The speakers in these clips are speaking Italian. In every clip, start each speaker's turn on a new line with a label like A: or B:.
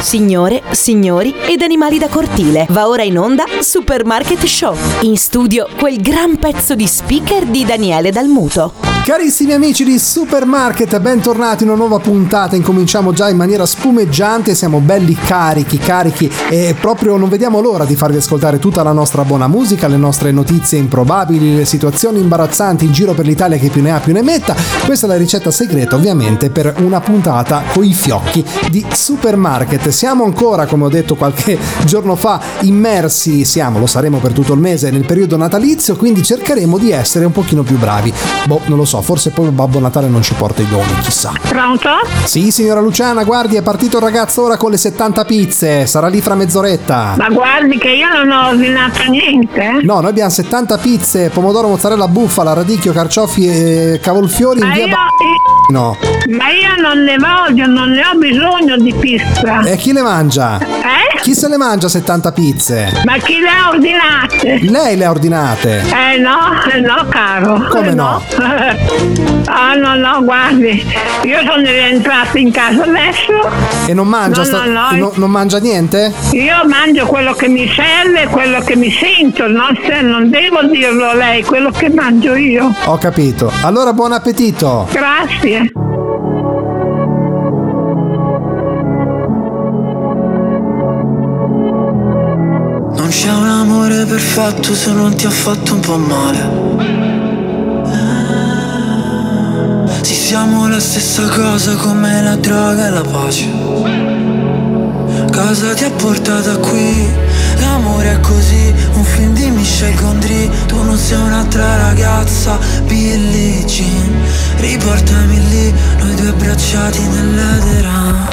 A: Signore, signori ed animali da cortile. Va ora in onda Supermarket Show. In studio quel gran pezzo di speaker di Daniele Dalmuto.
B: Carissimi amici di Supermarket, bentornati in una nuova puntata. Incominciamo già in maniera spumeggiante, siamo belli carichi e proprio non vediamo l'ora di farvi ascoltare tutta la nostra buona musica, le nostre notizie improbabili, le situazioni imbarazzanti in giro per l'Italia, che più ne ha più ne metta. Questa è la ricetta segreta ovviamente per una puntata coi fiocchi di Supermarket. Siamo ancora, come ho detto qualche giorno fa, immersi, lo saremo per tutto il mese nel periodo natalizio, quindi cercheremo di essere un pochino più bravi. Non lo so, forse poi Babbo Natale non ci porta i doni, chissà.
C: Pronto?
B: Sì, signora Luciana, guardi, è partito il ragazzo ora con le 70 pizze, sarà lì fra mezz'oretta.
C: Ma guardi che io non ho ordinato niente.
B: No, noi abbiamo 70 pizze, pomodoro, mozzarella, bufala, radicchio, carciofi e cavolfiori in via No.
C: Ma io non ne voglio, non ne ho bisogno di pizza.
B: E chi le mangia? Chi se le mangia 70 pizze?
C: Ma chi le ha ordinate?
B: Lei le ha ordinate?
C: No, caro.
B: Come no?
C: No, guardi, io sono rientrata in casa adesso.
B: E non mangia? Non mangia niente?
C: Io mangio quello che mi serve, quello che mi sento, non devo dirlo a lei, quello che mangio io.
B: Ho capito. Allora buon appetito.
C: Grazie.
D: Non c'è un amore perfetto se non ti ha fatto un po' male. Sì, siamo la stessa cosa come la droga e la pace. Cosa ti ha portata qui? L'amore è così, un film di Michel Gondry. Tu non sei un'altra ragazza, Billie Jean. Riportami lì, noi due abbracciati nell'edera.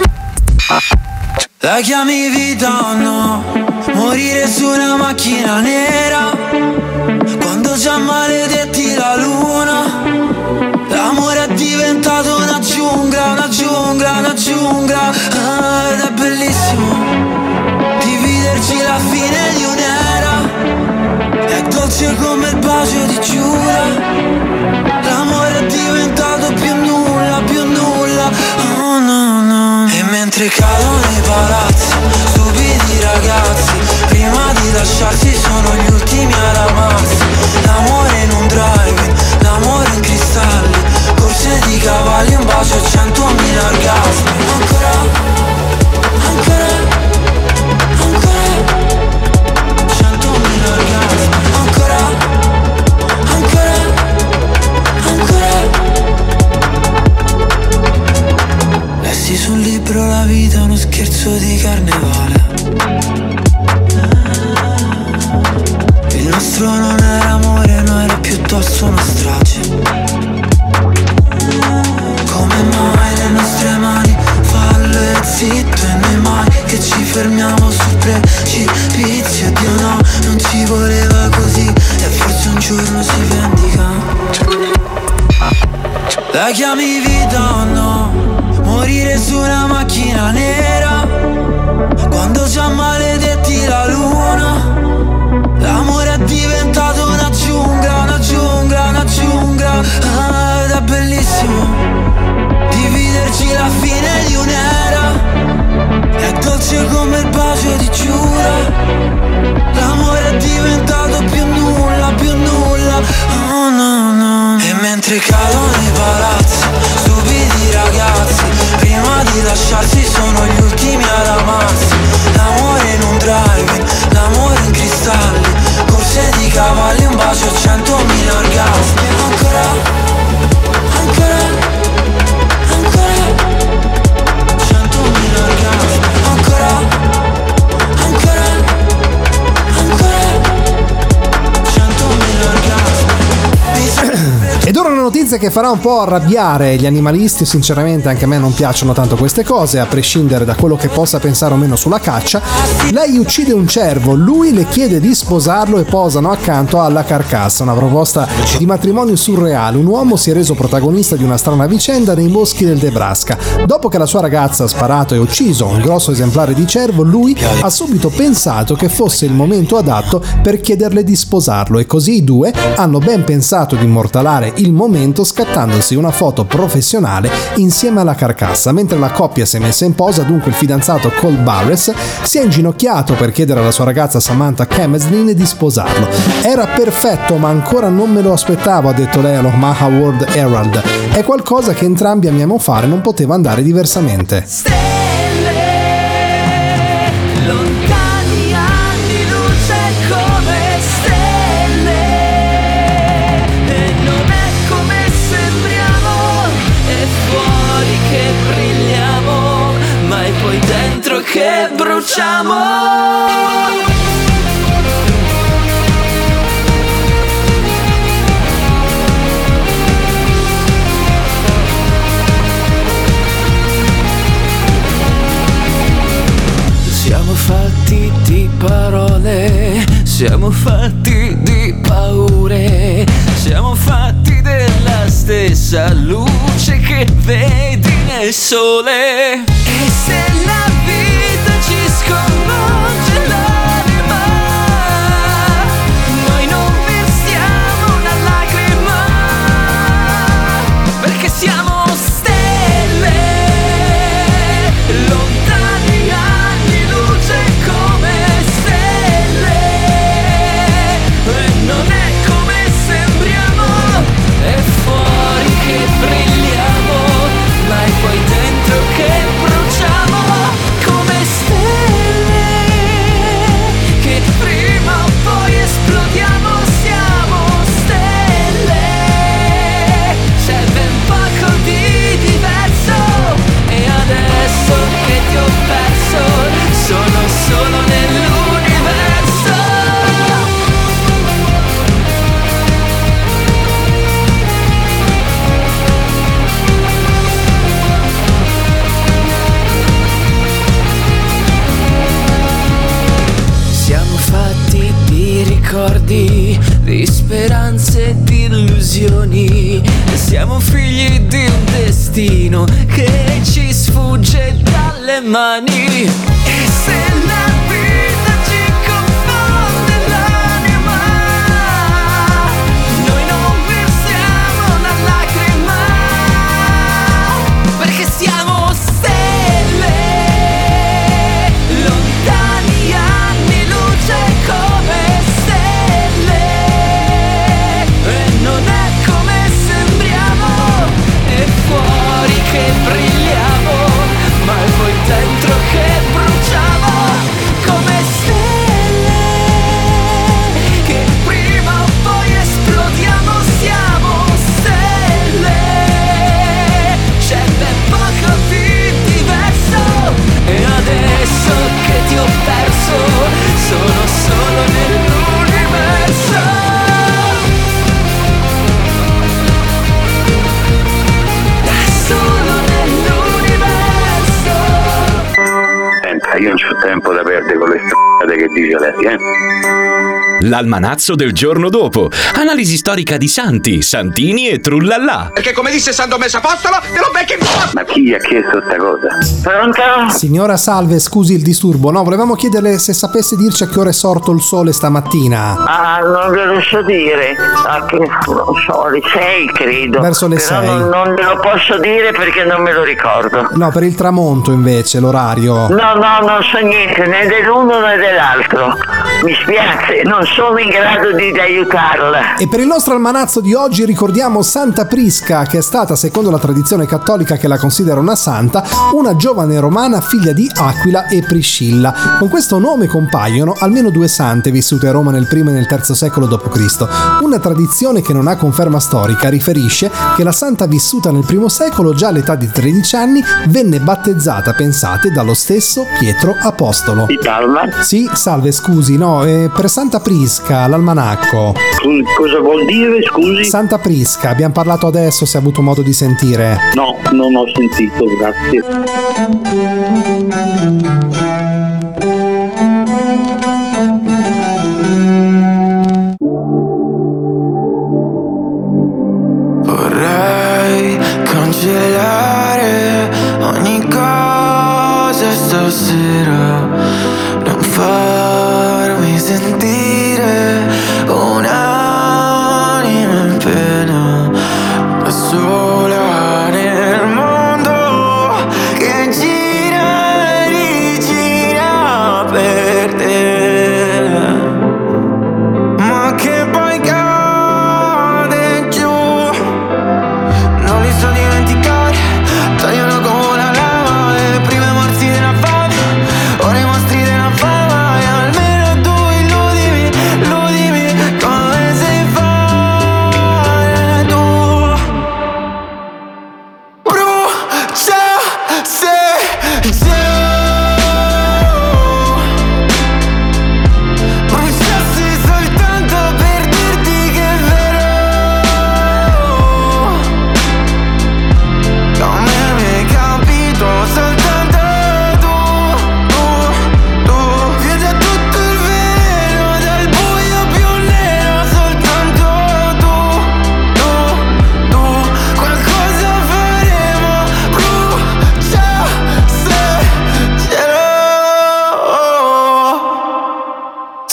D: La chiami vita o no? Morire su una macchina nera, quando già maledetti la luna. L'amore è diventato una giungla, una giungla, una giungla. Ed è bellissimo dividerci la fine di un'era. È dolce come il bacio di Giura. L'amore è diventato più nulla, più nulla. Oh no, no. E mentre cadono i palazzi, stupidi ragazzi, prima di lasciarsi sono gli ultimi ad amarsi. L'amore in un drive-in, l'amore in cristalli, corse di cavalli, un bacio e 100.000 orgasmi. Ancora, ancora, ancora, 100.000 orgasmi. Ancora, ancora, ancora. Lessi sul libro La vita è uno scherzo di carnevale. Il nostro non era amore, no, era piuttosto una strage. Come mai le nostre mani fallo e zitto, e noi mai che ci fermiamo sul precipizio. Dio no, non ci voleva così, e forse un giorno si vendica. La chiami vita o no? Morire su una macchina nera, quando già maledetti la luna. L'amore è diventato una giungla, una giungla, una giungla. Ed è bellissimo dividerci la fine di un'era. È dolce come il bacio di Giura. L'amore è diventato più nulla, più nulla. Oh no, no. E mentre cadono i palazzi, stupidi ragazzi, prima di lasciarsi sono gli ultimi ad amarsi. L'amore in un drive-in, l'amore in cristalli, corse di cavalli, un bacio e 100.000 orgasmi. Ancora, ancora, ancora, 100.000 orgasmi. Ancora, ancora, ancora, 100.000 orgasmi.
B: Ed ora una notizia che farà un po' arrabbiare gli animalisti. Sinceramente anche a me non piacciono tanto queste cose, a prescindere da quello che possa pensare o meno sulla caccia. Lei uccide un cervo, lui le chiede di sposarlo e posano accanto alla carcassa. Una proposta di matrimonio surreale. Un uomo si è reso protagonista di una strana vicenda nei boschi del Nebraska. Dopo che la sua ragazza ha sparato e ucciso un grosso esemplare di cervo, lui ha subito pensato che fosse il momento adatto per chiederle di sposarlo, e così i due hanno ben pensato di immortalare il momento momento scattandosi una foto professionale insieme alla carcassa. Mentre la coppia si è messa in posa, dunque il fidanzato Cole Barres si è inginocchiato per chiedere alla sua ragazza Samantha Kemslin di sposarlo. Era perfetto, ma ancora non me lo aspettavo, ha detto lei all'Omaha World Herald. È qualcosa che entrambi amiamo fare, non poteva andare diversamente.
D: Lontani anni luce come stelle, e non è come sembriamo, è fuori che brilliamo, ma è poi dentro che bruciamo. Siamo fatti di parole, siamo fatti di paure, siamo fatti della stessa luce che vedi nel sole. E se la vita ci sconvolge l'anima, noi non versiamo una lacrima, perché siamo stelle, lontani anni luce come stelle, e non è come sembriamo, è fuori che brilliamo, ma è poi dentro che bruciamo, come stelle che prima o poi esplodiamo. Siamo stelle, c'è ben poco di diverso, e adesso che ti ho perso sono solo nell'universo. Siamo fatti di ricordi, di speranze e di illusioni, siamo figli di un destino che ci sfugge dalle mani. E se la vita ci confonde l'anima, noi non versiamo una lacrima, perché siamo stelle, lontani anni luce come stelle, e non è come sembriamo, è fuori che brilliamo, ma è poi dentro che bruciamo, come stelle che prima o poi esplodiamo. Siamo stelle, c'è ben poco di diverso, e adesso che ti ho perso sono solo nell'universo. Solo nell'universo.
E: Senta, io non c'ho tempo da perdere con le strade che dice lei,
F: L'almanazzo del giorno dopo. Analisi storica di santi, santini e trullallà.
G: Perché come disse San Tommaso Apostolo, te lo becchi in faccia!
E: Ma chi gli ha chiesto sta cosa?
C: Pronto?
B: Signora, salve, scusi il disturbo. No, volevamo chiederle se sapesse dirci a che ora è sorto il sole stamattina.
C: Ah, non ve lo so dire. Non so, le 6 credo.
B: Verso le
C: Però
B: 6.
C: non ve lo posso dire perché non me lo ricordo.
B: No, per il tramonto invece, l'orario.
C: No, non so niente, né dell'uno né dell'altro. Mi spiace, non sono in grado di aiutarla.
B: E per il nostro almanazzo di oggi ricordiamo Santa Prisca, che è stata, secondo la tradizione cattolica che la considera una santa, una giovane romana figlia di Aquila e Priscilla. Con questo nome compaiono almeno 2 sante vissute a Roma nel I e nel III secolo d.C. Una tradizione che non ha conferma storica riferisce che la santa vissuta nel I secolo, già all'età di 13 anni, venne battezzata, pensate, dallo stesso Pietro Apostolo.
E: Di Palma?
B: Sì, salve, scusi, no, per Santa Prisca, l'almanacco.
E: Cosa vuol dire, scusi?
B: Santa Prisca, abbiamo parlato adesso, se ha avuto modo di sentire.
E: No, non ho sentito, grazie.
D: Vorrei cancellare ogni cosa stasera, non farmi sentire un'anima in pena, da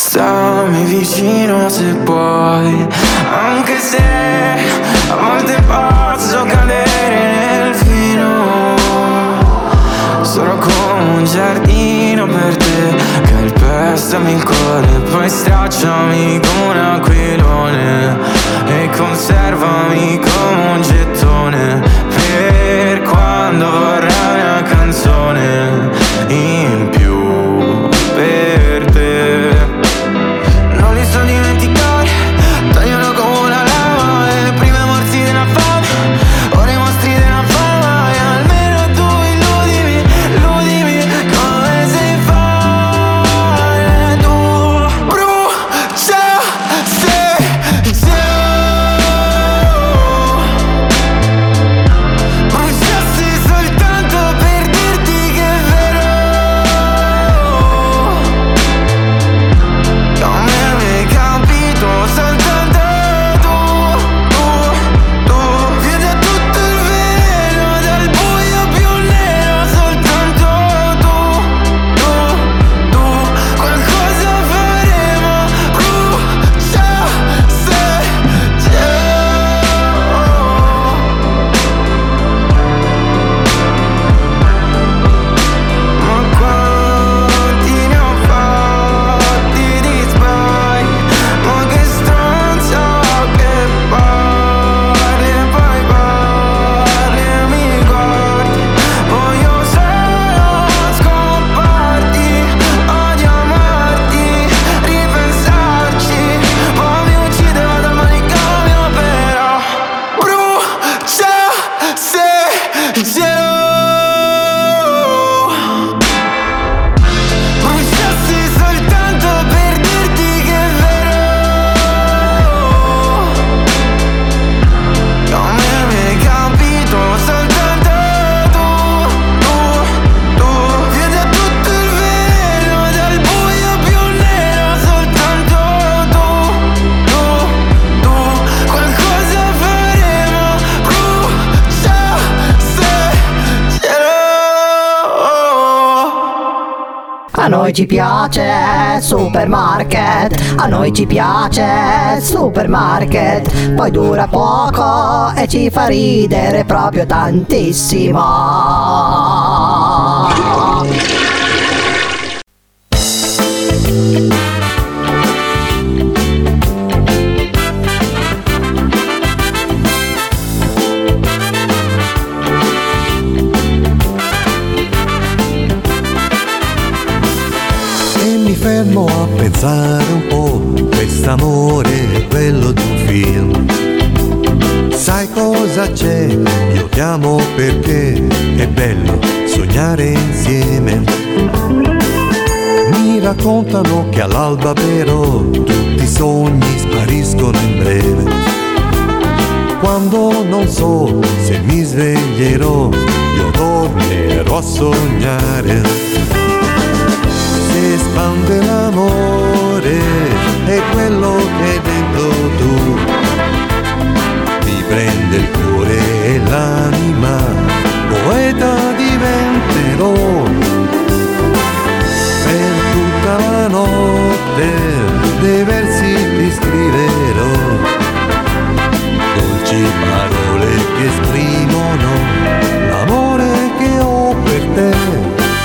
H: Stammi vicino se puoi, anche se a volte posso cadere nel fino. Sono come un giardino per te, calpestami il cuore, poi stracciami come un aquilone e conservami come un gettone per quando vorrai una canzone in più per te. Non li so dimenticare, tagliano come una lama le prime morsi della fame, ora i mostri della fama, e almeno tu illudimi, illudimi come sai fare tu. Brucia se bruciassi soltanto per dirti che è vero, non mi avevi capito soltanto tu via da tutto il velo, dal buio più nero, soltanto tu qualcosa faremo, brucia se ma quanti ne ho fatti di sbagli, ma che stronza che parli e poi parli e mi guardi. Voglio solo scomparti, odio amarti, ripensarci, poi mi uccide, vado al manicomio però. Brucia se bruciassi soltanto per dirti che è vero, non mi avevi capito soltanto tu via da tutto il velo, dal buio più nero, soltanto tu qualcosa faremo, brucia se
I: A noi ci piace Supermarket, a noi ci piace Supermarket, poi dura poco e ci fa ridere proprio tantissimo.
J: E mi fermo a pensare un po', quest'amore è quello di un film. Sai cosa c'è? Io ti amo perché è bello sognare insieme. Mi raccontano che all'alba però tutti i sogni spariscono in breve. Quando non so se mi sveglierò, io tornerò a sognare. Si espande l'amore, è quello che è dentro tu, ti prende il cuore e l'anima, poeta diventerò. Per tutta la notte dei versi ti scriverò, dolci parole che esprimono l'amore che ho per te.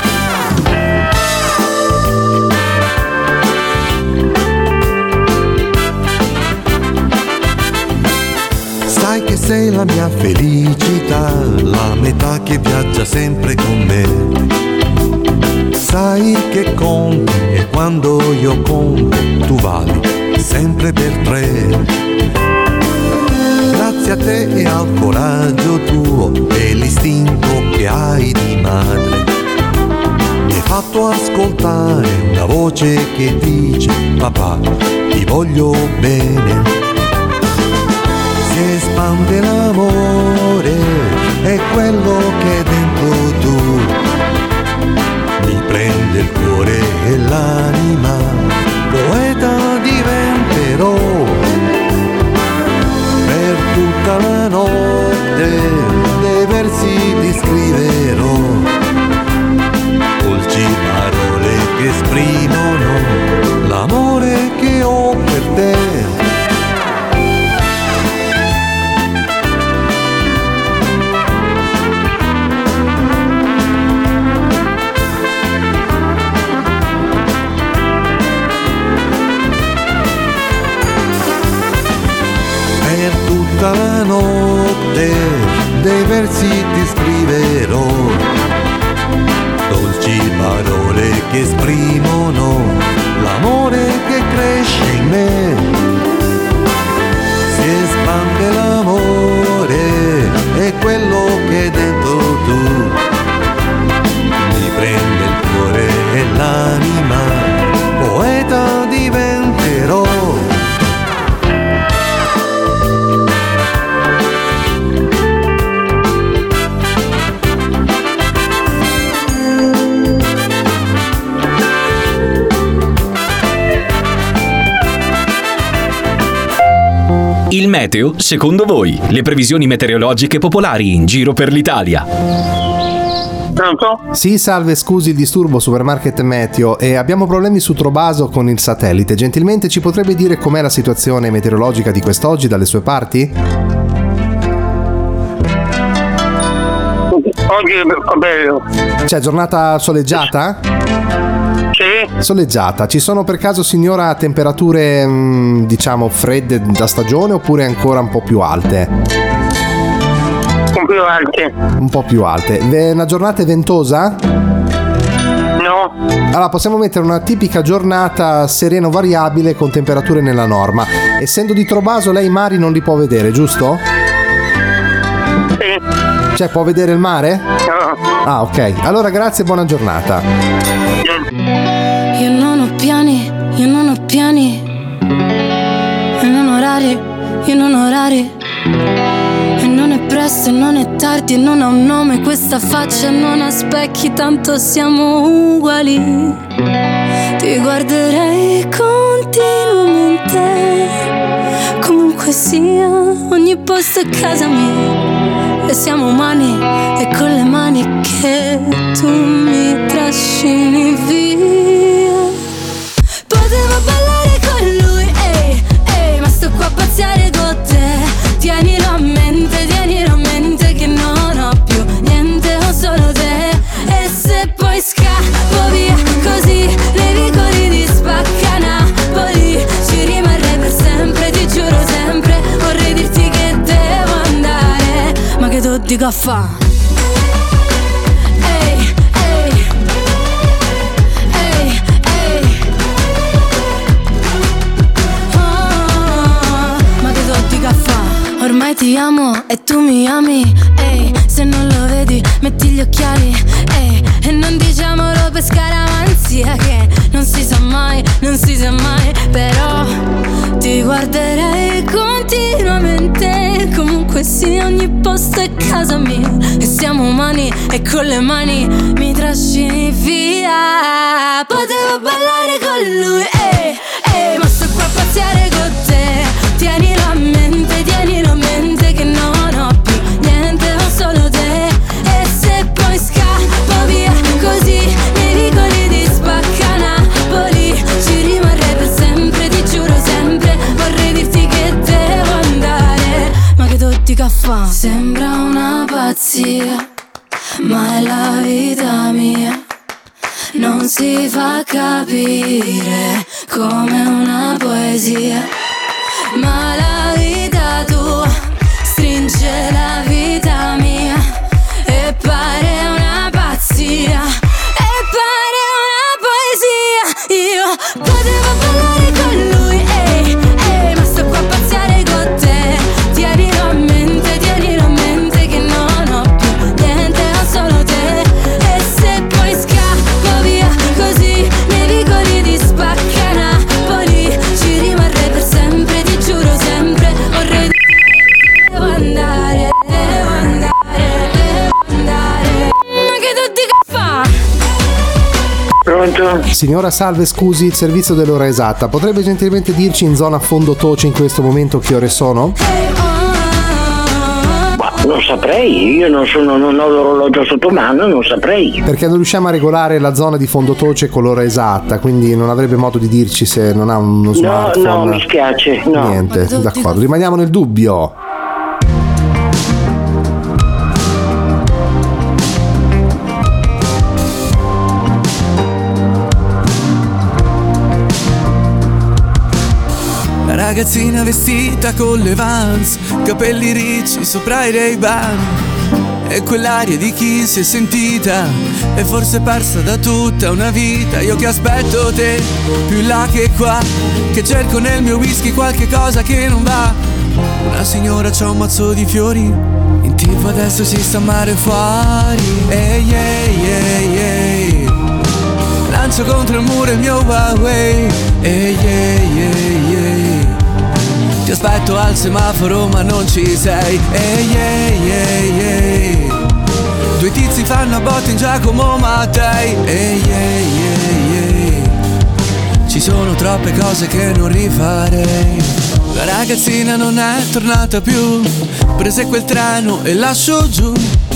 J: Sai che sei la mia felicità, la metà che viaggia sempre con me. Sai che conti e quando io conto tu vali sempre per tre. Grazie a te e al coraggio tuo e l'istinto che hai di madre, mi hai fatto ascoltare una voce che dice papà ti voglio bene. Si espande l'amore, è quello che è dentro tu, mi prende il cuore e l'anima, poeta diventerò. Per tutta la notte dei versi ti scriverò, dolci parole che esprimono l'amore che esprimono l'amore che cresce in me. Si espande l'amore, è quello che hai dentro tu. Mi prende il cuore e l'anima, poeta diventerò.
F: Il meteo, secondo voi, le previsioni meteorologiche popolari in giro per l'Italia.
E: Pronto?
B: Sì, salve, scusi il disturbo, Supermarket Meteo, e abbiamo problemi su Trovaso con il satellite. Gentilmente ci potrebbe dire com'è la situazione meteorologica di quest'oggi dalle sue parti?
E: Oggi è bello.
B: C'è giornata soleggiata?
E: Sì?
B: Soleggiata. Ci sono per caso, signora, temperature diciamo fredde da stagione oppure ancora un po' più alte?
E: Un più alte.
B: Un po' più alte. Una giornata è ventosa?
E: No.
B: Allora possiamo mettere una tipica giornata sereno variabile con temperature nella norma. Essendo di Trovaso lei i mari non li può vedere, giusto?
E: Sì.
B: Cioè può vedere il mare?
E: No.
B: Ah, ok. Allora grazie e buona giornata.
K: Io non ho piani, io non ho piani, e non orari, io non orari. E non è presto e non è tardi e non ha un nome questa faccia, non ha specchi, tanto siamo uguali. Ti guarderei continuamente, comunque sia, ogni posto è casa mia. E siamo umani e con le mani che tu mi trascini via. Potevo ballare con lui, ehi, ehi, ma sto qua a pazziare con te. Tienilo a mente che non ho più niente, ho solo te. E se poi scappo via così, nei vicoli di Spacca Napoli, ci rimarrei per sempre, ti giuro sempre. Vorrei dirti che devo andare, ma che tu dico a fa'? Ormai ti amo e tu mi ami, ehi, se non lo vedi metti gli occhiali, ehi, e non diciamolo per scaramanzia che non si sa mai, non si sa mai, però ti guarderei continuamente, comunque sì, ogni posto è casa mia, e siamo umani e con le mani mi trascini via. Potevo ballare con lui, ehi, ehi, ma sto qua a pazziare con te. Tienilo a mente che non ho più niente, ho solo te. E se poi scappo via così, nei vicoli di Spacca Napoli, ci rimarrei per sempre, ti giuro sempre. Vorrei dirti che devo andare, ma che tu dica fa'? Sembra una pazzia, ma è la vita mia. Non si fa capire come una poesia, ma la vita tua stringe la vita mia e pare una pazzia, e pare una poesia. Io potevo ballare con lui, ehi, ehi, ma sto qua a pazziare con te. Tienilo a mente che non ho più niente, ho solo te. E se poi scappo via così, nei vicoli di Spacca Napoli, ci rimarrei per sempre, ti giuro sempre. Vorrei devo andare, ma che tu dica fa'?
E: Pronto?
B: Signora, salve, scusi, il servizio dell'ora esatta. Potrebbe gentilmente dirci in zona Fondotoce in questo momento che ore sono?
E: Non saprei, io non ho l'orologio sotto mano, non saprei.
B: Perché non riusciamo a regolare la zona di Fondotoce con l'ora esatta, quindi non avrebbe modo di dirci se non ha uno smartphone.
E: No, mi spiace, no.
B: Niente, d'accordo, rimaniamo nel dubbio.
H: Ragazzina vestita con le Vans, capelli ricci sopra i Ray-Ban, è quell'aria di chi si è sentita e forse persa da tutta una vita. Io che aspetto te più in là che qua, che cerco nel mio whisky qualche cosa che non va. Una signora c'ha un mazzo di fiori, in TV adesso si sta a mare fuori. Ehi ehi ehi ehi, lancio contro il muro il mio Huawei. Ehi ehi ehi ehi, ti aspetto al semaforo ma non ci sei. Ehi ehi ehi ehi, due tizi fanno a botte in Giacomo Mattei. Ehi ehi ehi ehi, ci sono troppe cose che non rifarei. La ragazzina non è tornata più, prese quel treno e lasciò giù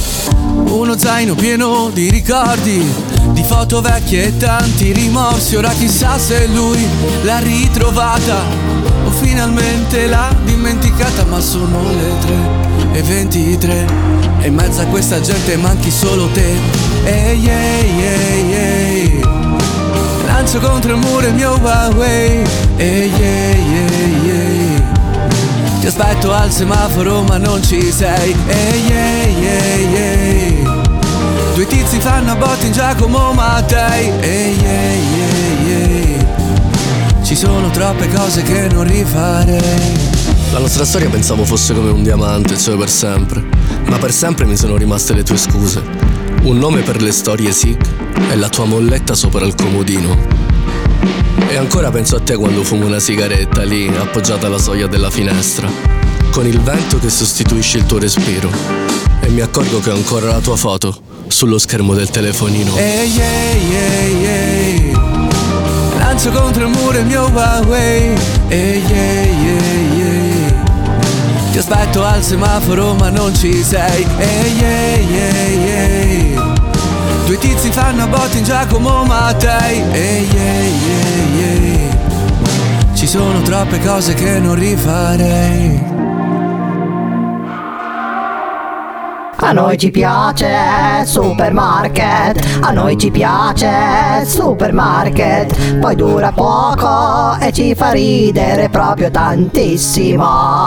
H: uno zaino pieno di ricordi, di foto vecchie e tanti rimorsi. Ora chissà se lui l'ha ritrovata o finalmente l'ha dimenticata. Ma sono le 3:23 e in mezzo a questa gente manchi solo te. Ehi ehi ehi ehi, lancio contro il muro il mio Huawei. Ehi ehi ehi ehi, ti aspetto al semaforo ma non ci sei. Ehi ehi ehi ehi, due tizi fanno a botte in Giacomo Mattei. Ehi ehi ehi ehi, ci sono troppe cose che non rifarei.
L: La nostra storia pensavo fosse come un diamante, cioè per sempre. Ma per sempre mi sono rimaste le tue scuse, un nome per le storie sick e la tua molletta sopra il comodino. E ancora penso a te quando fumo una sigaretta lì, appoggiata alla soglia della finestra, con il vento che sostituisce il tuo respiro, e mi accorgo che ho ancora la tua foto sullo schermo del telefonino.
H: Ehi ehi ehi ehi, lancio contro il muro il mio Huawei. Ehi ehi ehi ehi, ti aspetto al semaforo ma non ci sei. Ehi ehi ehi ehi, due tizi fanno a botte in Giacomo Mattei. Ehi ehi ehi ehi, ci sono troppe cose che non rifarei.
I: A noi ci piace Supermarket, a noi ci piace Supermarket, poi dura poco e ci fa ridere proprio tantissimo.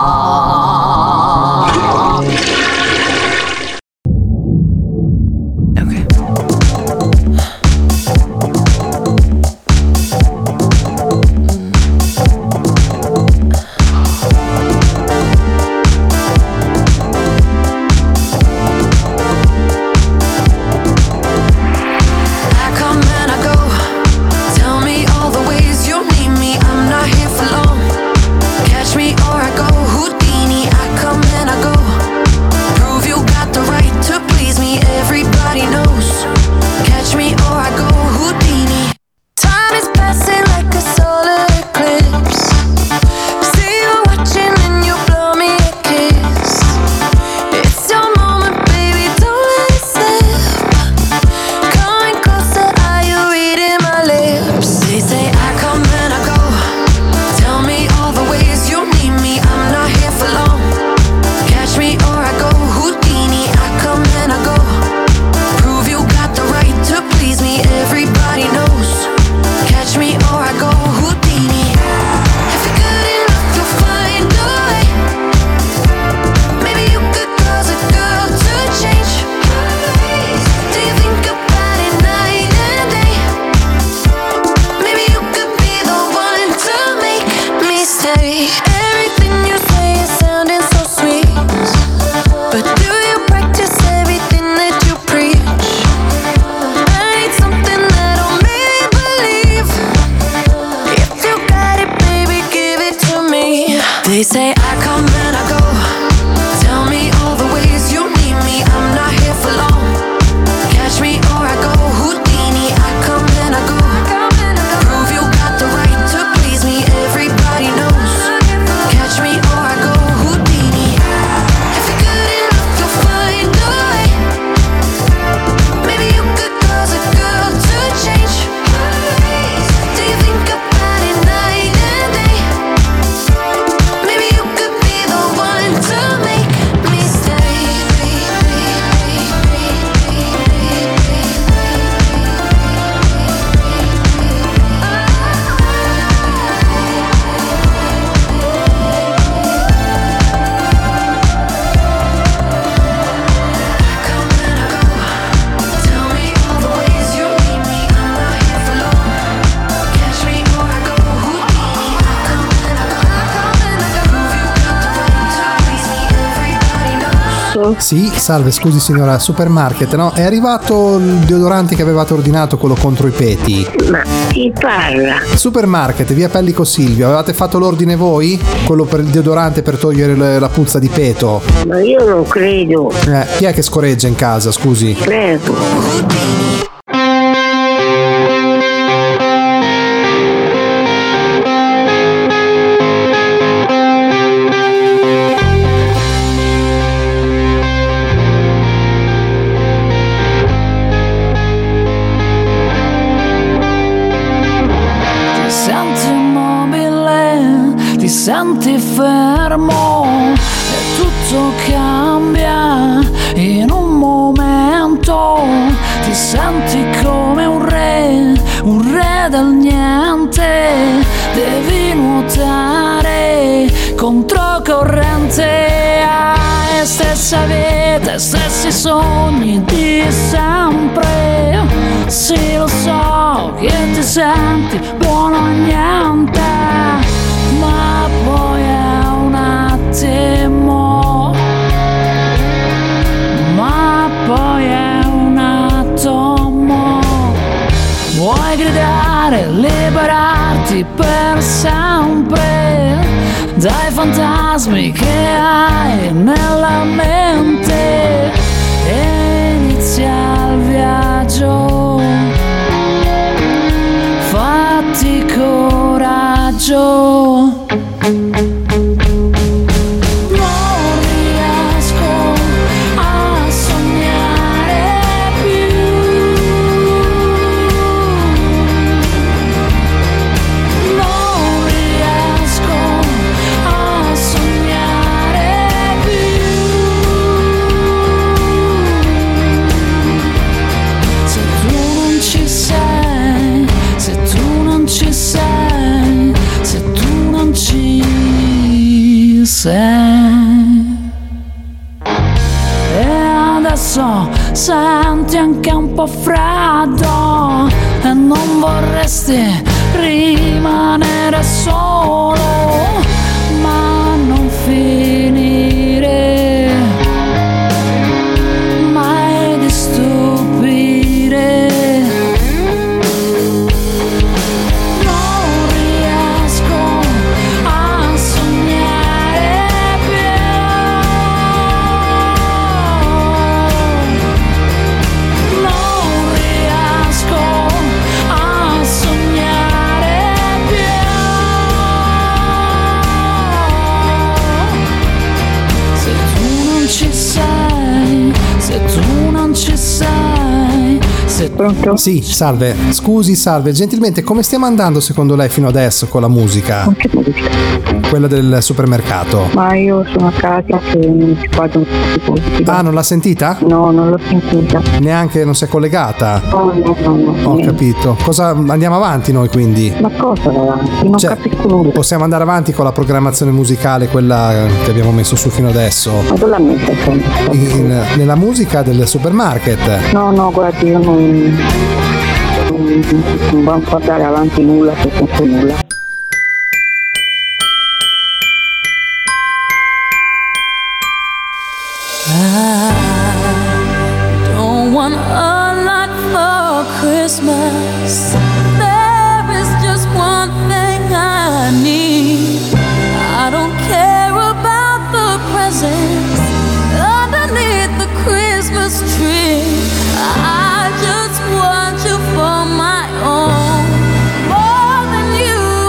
K: They say I come and I go. Tell me all the ways you need me. I'm not here for long. Catch me or I go Houdini. I come and I go. Prove you got the right to please me. Everybody knows. Catch me or I go Houdini. If you're good enough, you'll find a way. Maybe you could cause a girl to change. Do you think about it night and day? Maybe you
C: Pronto?
B: Sì, salve, scusi signora, supermarket, no? È arrivato il deodorante che avevate ordinato, quello contro i peti.
C: Ma chi parla?
B: Supermarket, via Pellico Silvio, avevate fatto l'ordine voi? Quello per il deodorante per togliere la puzza di peto?
C: Ma io non credo.
B: Chi è che scorreggia in casa, scusi?
C: Prego.
M: Senti fermo e tutto cambia in un momento. Ti senti come un re del niente. Devi nuotare controcorrente. Hai stessa vita, stessi sogni di sempre. Sì, lo so che ti senti buono a niente, ma poi è un attimo, ma poi è un atomo. Vuoi gridare, liberarti per sempre dai fantasmi che hai nella mente e inizia il viaggio. Fatti coraggio. E adesso senti anche un po' freddo e non vorresti rimanere solo, ma non finire mai di stupire.
C: Pronto?
B: Sì, salve. Scusi, salve. Gentilmente, come stiamo andando secondo lei fino adesso con la musica?
C: Con che musica?
B: Quella del supermercato.
C: Ma io sono a casa che non si guardano tutti i posti.
B: Ah, non l'ha sentita?
C: No, non l'ho sentita.
B: Neanche non si è collegata?
C: No.
B: Ho capito. Cosa andiamo avanti noi quindi?
C: Ma cosa avanti? Non capisco nulla.
B: Possiamo andare avanti con la programmazione musicale, quella che abbiamo messo su fino adesso?
C: Ma dove l'ha messa?
B: Nella musica del supermarket.
C: No, guardi, io non posso andare avanti nulla, senza nulla.
M: I don't want a lot for Christmas. There is just one thing I need. I don't care about the presents underneath the Christmas tree. I just want you for my own, more than you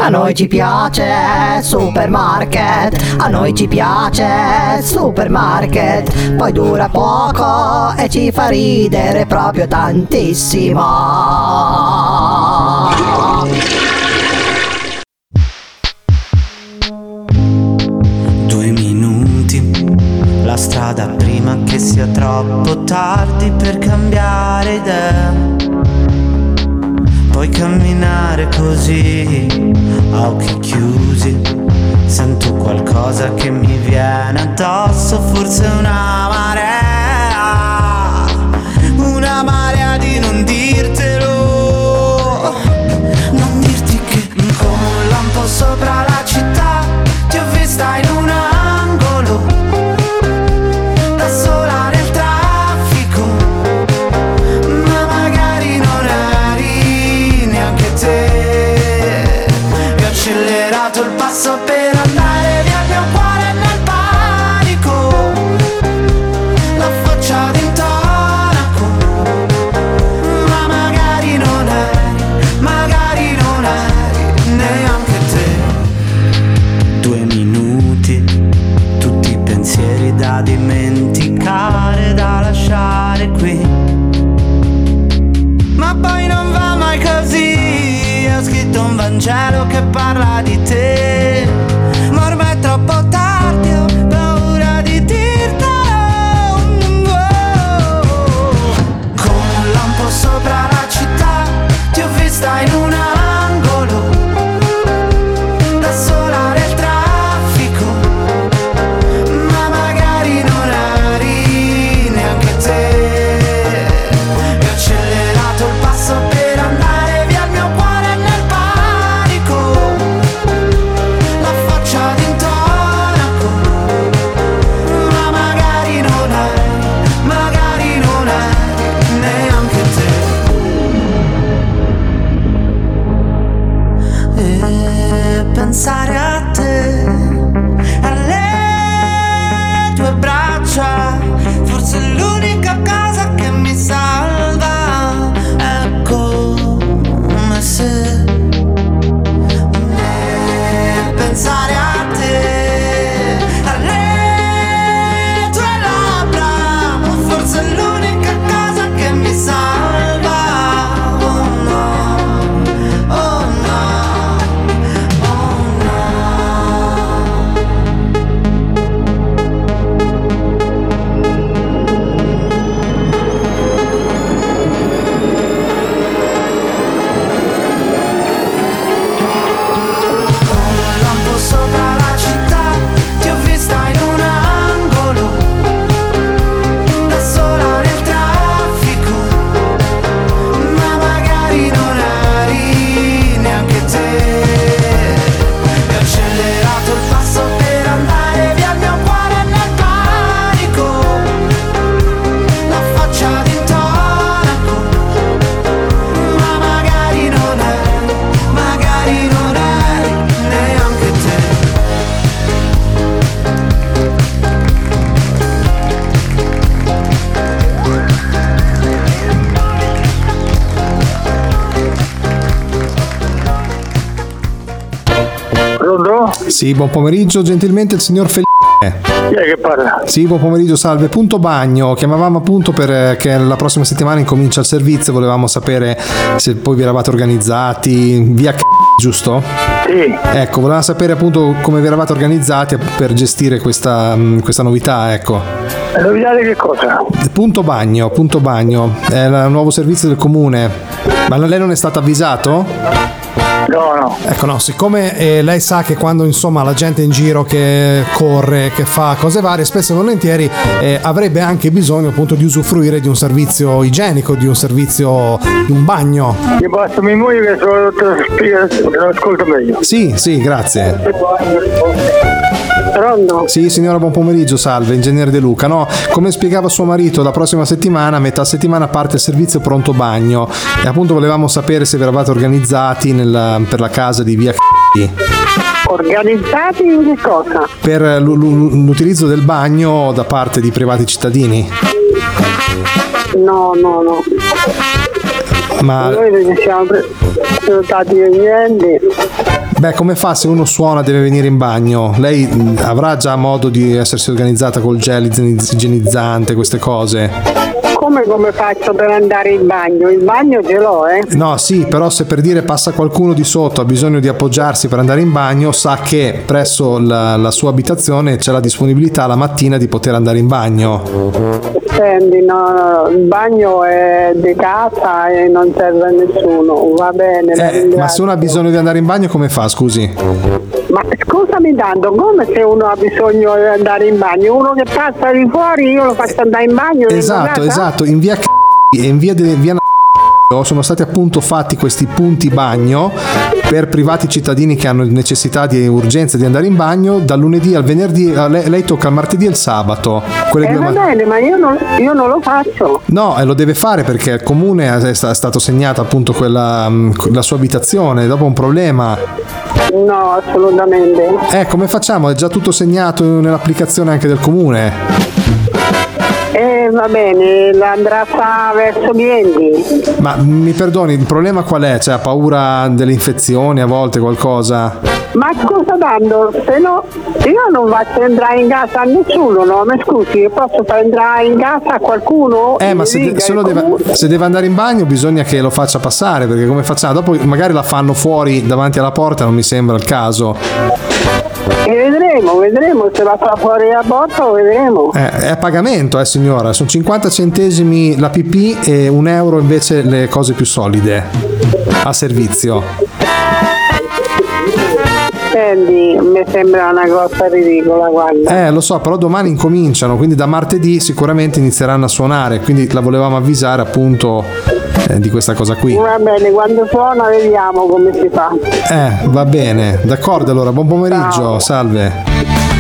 I: A noi ci piace Supermarket, a noi ci piace Supermarket, poi dura poco e ci fa ridere proprio tantissimo.
N: 2 minuti, la strada prima che sia troppo tardi per cambiare idea. Puoi camminare così, a occhi chiusi. Sento qualcosa che mi viene addosso, forse una marea di non dirtelo. Non dirti che con un lampo sopra la città ti ho vista in un angolo, da sola nel traffico, ma magari non eri neanche te. E ho accelerato il passo per andare via, il mio cuore nel panico, la faccia d'intonaco, ma magari non eri neanche te. 2 minuti, tutti i pensieri da dimenticare, da lasciare qui. Ma poi non va mai così, ho scritto un Vangelo che parla di te, ma ormai è troppo tardi, ho paura di dirtelo. Con un lampo sopra la città ti ho vista in un angolo, da sola nel traffico, ma magari non eri neanche te. E ho accelerato il passo per andare via, il mio cuore nel panico, la faccia d'intonaco, ma magari non eri neanche te. E pensare a te, alle tue braccia, forse è l'unica cosa che mi salva. È come se pensare a te, alle tue labbra, forse è l'unica cosa che mi salva. Oh no, oh no, oh no. Un lampo sopra la città ti ho vista in un angolo, da sola nel traffico, ma magari non eri neanche te. E ho accelerato il passo per andare via, il mio cuore nel panico, la faccia d'intonaco, ma magari non eri neanche te.
E: Pronto?
B: Sì, buon pomeriggio, gentilmente il signor Felice.
E: Chi è che parla?
B: Sì, buon pomeriggio, salve. Punto Bagno, chiamavamo appunto perché la prossima settimana incomincia il servizio, volevamo sapere se poi vi eravate organizzati via giusto?
E: Sì.
B: Ecco, volevamo sapere appunto come vi eravate organizzati per gestire questa novità, ecco.
E: La novità di che cosa?
B: Punto Bagno, è il nuovo servizio del comune. Ma lei non è stato avvisato?
E: No.
B: Ecco, no, siccome lei sa che quando insomma la gente in giro che corre, che fa cose varie, spesso e volentieri avrebbe anche bisogno appunto di usufruire di un servizio igienico, di un bagno.
E: Mi basta mia moglie che lo ascolto meglio.
B: Sì, grazie.
E: Pronto?
B: Sì, signora, buon pomeriggio, salve, ingegnere De Luca. No, come spiegava suo marito, la prossima settimana, a metà settimana, parte il servizio Pronto Bagno e appunto volevamo sapere se vi eravate organizzati per la casa di via
C: Organizzati in che cosa?
B: per l'utilizzo del bagno da parte di privati cittadini.
C: No.
B: Ma
C: noi non ci siamo prenotati niente.
B: beh, come fa se uno suona deve venire in bagno? Lei avrà già modo di essersi organizzata col gel igienizzante, queste cose?
C: Come faccio per andare in bagno? Il bagno ce l'ho,
B: No, sì, però se per dire passa qualcuno di sotto, ha bisogno di appoggiarsi per andare in bagno, sa che presso la sua abitazione c'è la disponibilità la mattina di poter andare in bagno.
C: Senti, no, il bagno è di casa e non serve a nessuno, va bene.
B: Ma se uno ha bisogno di andare in bagno come fa, scusi?
C: Ma scusami tanto, come se uno ha bisogno di andare in bagno? Uno che passa di fuori io lo faccio andare in bagno?
B: Esatto, in via e in via sono stati appunto fatti questi punti bagno per privati cittadini che hanno necessità di urgenza di andare in bagno dal lunedì al venerdì. Lei tocca il martedì e il sabato.
C: Va bene, ma io non lo faccio.
B: No, lo deve fare perché il comune è stato segnata appunto la sua abitazione, dopo un problema.
C: No, assolutamente.
B: Come facciamo? È già tutto segnato nell'applicazione anche del comune.
C: Va bene, andrà a fare verso clienti.
B: Ma mi perdoni, il problema qual è? Cioè, ha paura delle infezioni a volte, qualcosa?
C: Ma scusa tanto, se no io non faccio entrare in casa a nessuno, no? Ma scusi, io posso far entrare in casa a qualcuno?
B: Ma se deve andare in bagno bisogna che lo faccia passare, perché come facciamo? Dopo magari la fanno fuori davanti alla porta, non mi sembra il caso.
C: E vedremo se la fa fuori la porta, lo vedremo.
B: È a pagamento, signora, sono 50 centesimi la pipì e €1 invece le cose più solide a servizio.
C: Senti, mi sembra una cosa ridicola, guarda.
B: Lo so, però domani incominciano, quindi da martedì sicuramente inizieranno a suonare, quindi la volevamo avvisare appunto di questa cosa qui.
C: Va bene, quando suona vediamo come si fa.
B: Va bene, d'accordo, allora buon pomeriggio. Ciao. Salve.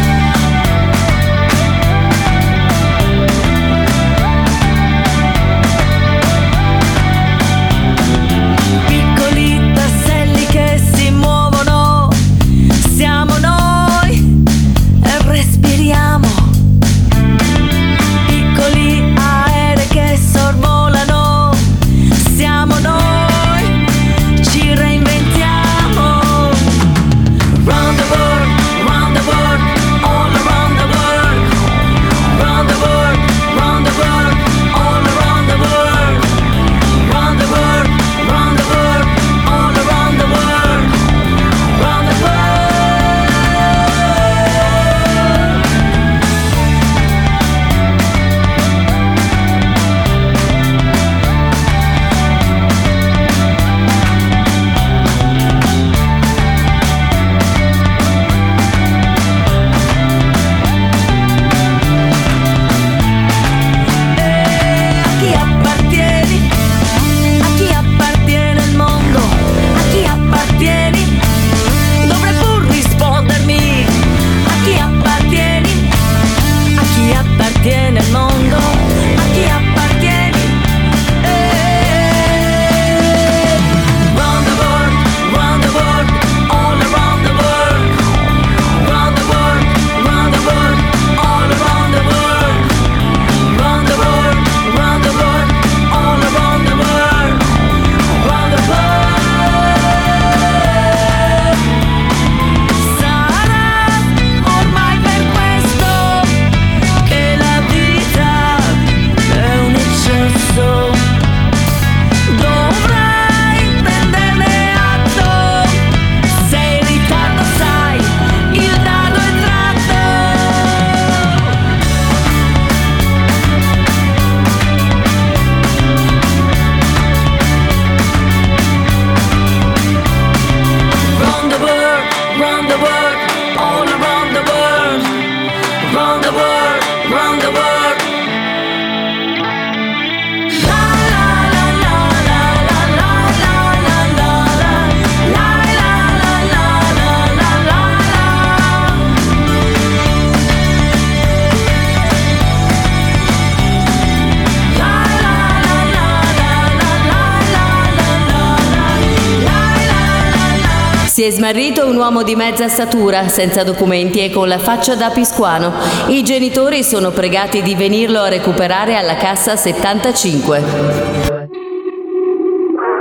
O: Si è smarrito un uomo di mezza statura, senza documenti e con la faccia da piscuano. I genitori sono pregati di venirlo a recuperare alla cassa 75.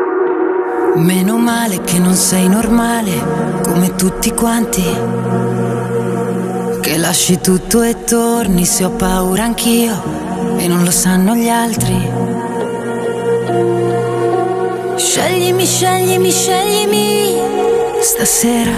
K: Meno male che non sei normale come tutti quanti, che lasci tutto e torni se ho paura anch'io e non lo sanno gli altri. Sceglimi, sceglimi, sceglimi stasera.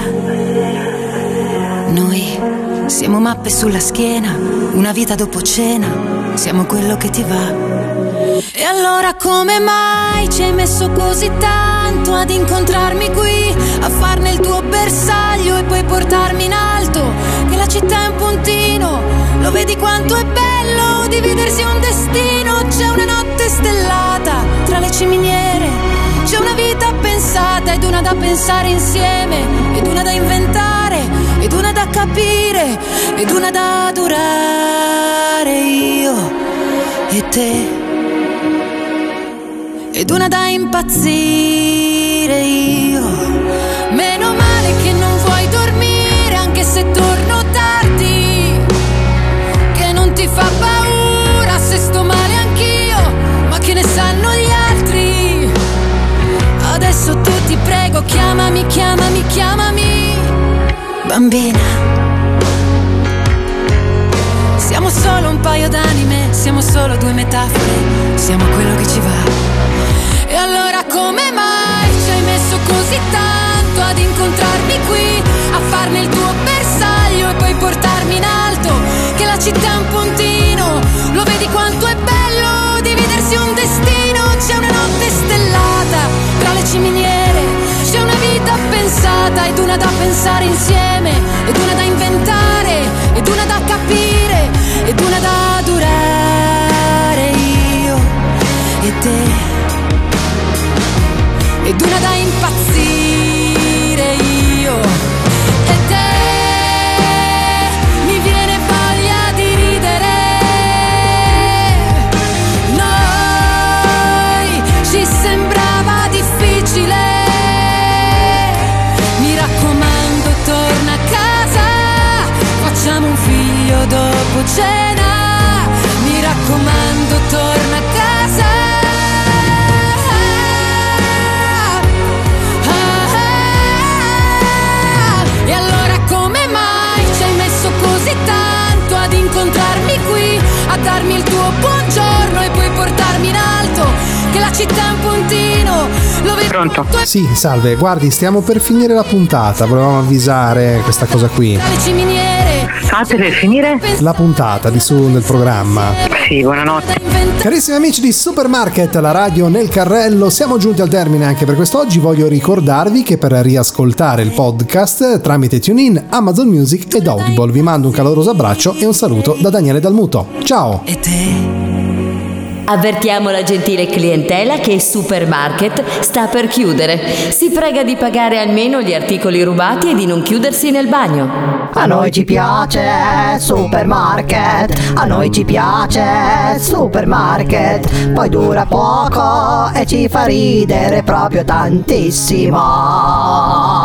K: Noi siamo mappe sulla schiena, una vita dopo cena, siamo quello che ti va. E allora come mai ci hai messo così tanto ad incontrarmi qui, a farne il tuo bersaglio e poi portarmi in alto? Che la città è un puntino, lo vedi quanto è bello dividersi un destino. C'è una notte stellata tra le ciminiere, c'è una vita pensata ed una da pensare insieme, ed una da inventare, ed una da capire, ed una da durare. Io e te, ed una da impazzire. Io, meno male che non vuoi dormire anche se torno tardi, che non ti fa paura se sto male anch'io, ma che ne sanno gli altri. Adesso tu ti prego, chiamami, chiamami, chiamami bambina. Siamo solo un paio d'anime, siamo solo due metafore, siamo quello che ci va. E allora come mai ci hai messo così tanto ad incontrarmi qui, a farne il tuo bersaglio e poi portarmi in alto? Che la città è un puntino, lo vedi quanto è bello dividersi un destino. C'è una notte stellata tra le ciminiere, c'è una vita pensata ed una da pensare insieme, ed una da inventare, ed una da capire, ed una da durare. Io e te, ed una da impazzire. Io e te, mi viene voglia di ridere. Noi ci sembrava difficile. Mi raccomando, torna a casa, facciamo un figlio dopo cena. Mi raccomando, torna a casa. E allora come mai ci hai messo così tanto ad incontrarmi qui, a darmi il tuo buongiorno e poi portarmi in alto? Che la città è un puntino, lo vedo.
B: Pronto? Sì, salve, guardi, stiamo per finire la puntata, volevamo avvisare questa cosa qui.
K: Tra le ciminiere.
C: State per finire?
B: La puntata di su del programma.
C: Sì, buonanotte.
B: Carissimi amici di Supermarket, la radio nel carrello, siamo giunti al termine anche per quest'oggi. Voglio ricordarvi che per riascoltare il podcast tramite TuneIn, Amazon Music ed Audible vi mando un caloroso abbraccio e un saluto da Daniele Dalmuto. Ciao!
O: Avvertiamo la gentile clientela che Supermarket sta per chiudere. Si prega di pagare almeno gli articoli rubati e di non chiudersi nel bagno.
I: A noi ci piace Supermarket, a noi ci piace Supermarket, poi dura poco e ci fa ridere proprio tantissimo.